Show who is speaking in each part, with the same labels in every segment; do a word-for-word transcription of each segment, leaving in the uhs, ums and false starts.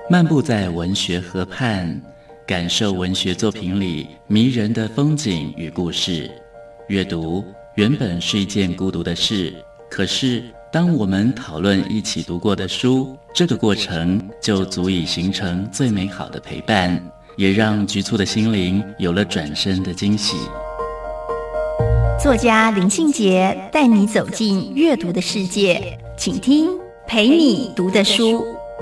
Speaker 1: 漫步在文学河畔，感受文学作品里迷人的风景与故事。阅读原本是一件孤独的事，可是当我们讨论一起读过的书，这个过程就足以形成最美好的陪伴，也让局促的心灵有了转身的惊喜。
Speaker 2: 作家林信杰带你走进阅读的世界，请听陪你读的书。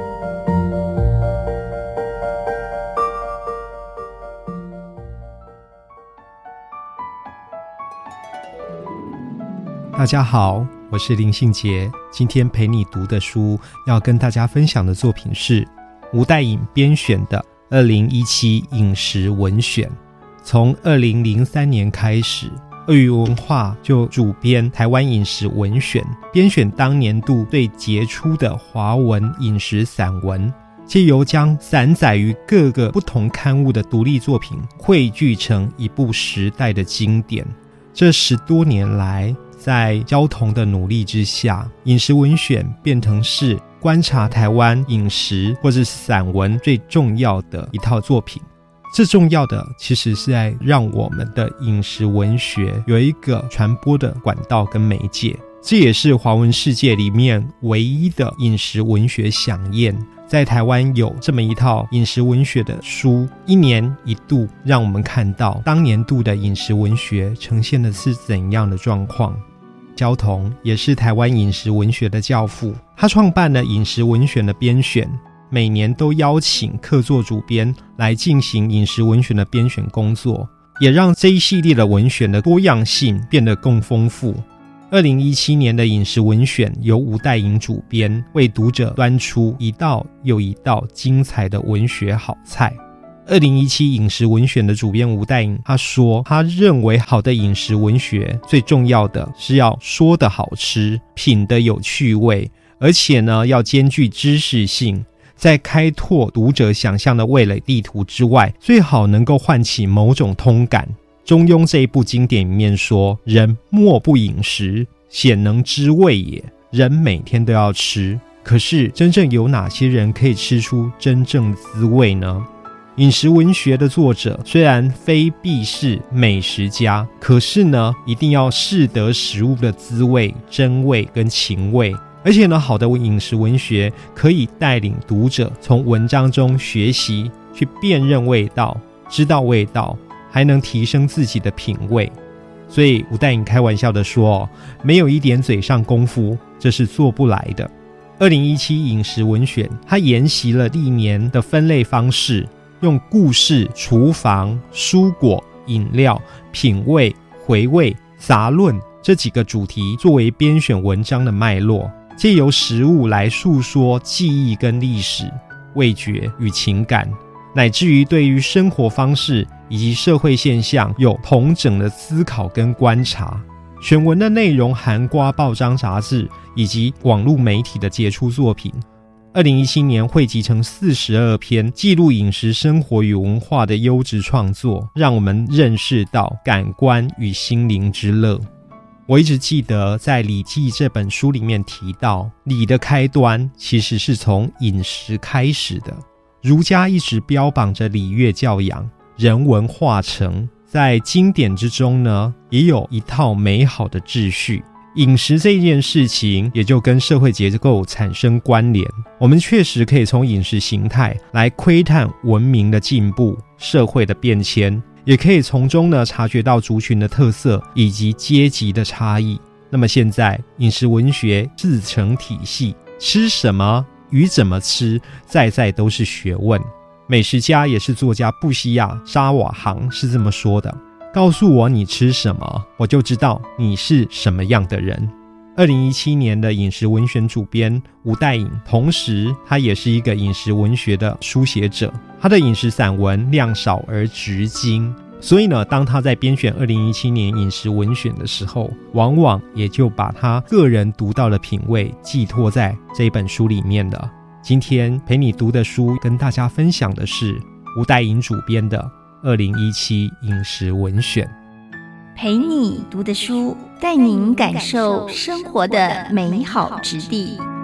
Speaker 3: 大家好，我是林信杰。今天陪你读的书要跟大家分享的作品是吴岱颖编选的二零一七饮食文选。从二零零三年开始，鳄鱼文化就主编台湾饮食文选，编选当年度最杰出的华文饮食散文，藉由将散载于各个不同刊物的独立作品汇聚成一部时代的经典。这十多年来，在焦桐的努力之下，饮食文选变成是观察台湾饮食或是散文最重要的一套作品。最重要的其实是在让我们的饮食文学有一个传播的管道跟媒介，这也是华文世界里面唯一的饮食文学飨宴。在台湾有这么一套饮食文学的书，一年一度让我们看到当年度的饮食文学呈现的是怎样的状况。焦桐也是台湾饮食文学的教父，他创办了饮食文选的编选，每年都邀请客座主编来进行饮食文选的编选工作，也让这一系列的文选的多样性变得更丰富。二零一七年的饮食文选由吴岱颖主编，为读者端出一道又一道精彩的文学好菜。二零一七饮食文选的主编吴岱颖他说，他认为好的饮食文学最重要的是要说得好吃，品得有趣味，而且呢要兼具知识性，在开拓读者想象的味蕾地图之外，最好能够唤起某种通感。中庸这一部经典里面说，人莫不饮食，鲜能知味也。人每天都要吃，可是真正有哪些人可以吃出真正滋味呢？饮食文学的作者虽然非必是美食家，可是呢一定要识得食物的滋味、真味跟情味。而且呢，好的饮食文学可以带领读者从文章中学习，去辨认味道，知道味道，还能提升自己的品味。所以吴岱颖开玩笑的说，没有一点嘴上功夫，这是做不来的。二零一七饮食文选，它沿袭了历年的分类方式，用故事、厨房、蔬果、饮料、品味、回味、杂论这几个主题作为编选文章的脉络，藉由食物来诉说记忆跟历史、味觉与情感，乃至于对于生活方式以及社会现象有统整的思考跟观察。选文的内容涵括报章杂志以及网络媒体的杰出作品。二零一七年汇集成四十二篇记录饮食生活与文化的优质创作，让我们认识到感官与心灵之乐。我一直记得在《礼记》这本书里面提到，礼的开端其实是从饮食开始的。儒家一直标榜着礼乐教养，人文化成，在经典之中呢，也有一套美好的秩序。饮食这件事情也就跟社会结构产生关联，我们确实可以从饮食形态来窥探文明的进步、社会的变迁，也可以从中呢察觉到族群的特色以及阶级的差异。那么现在饮食文学自成体系，吃什么与怎么吃，在在都是学问。美食家也是作家布西亚沙瓦航是这么说的，告诉我你吃什么，我就知道你是什么样的人。二零一七年的饮食文选主编吴岱颖，同时他也是一个饮食文学的书写者，他的饮食散文量少而直精，所以呢，当他在编选二零一七年饮食文选的时候，往往也就把他个人独到的品味寄托在这本书里面了。今天陪你读的书跟大家分享的是吴岱颖主编的二零一七饮食文选。
Speaker 2: 陪你读的书，带您感受生活的美好质地。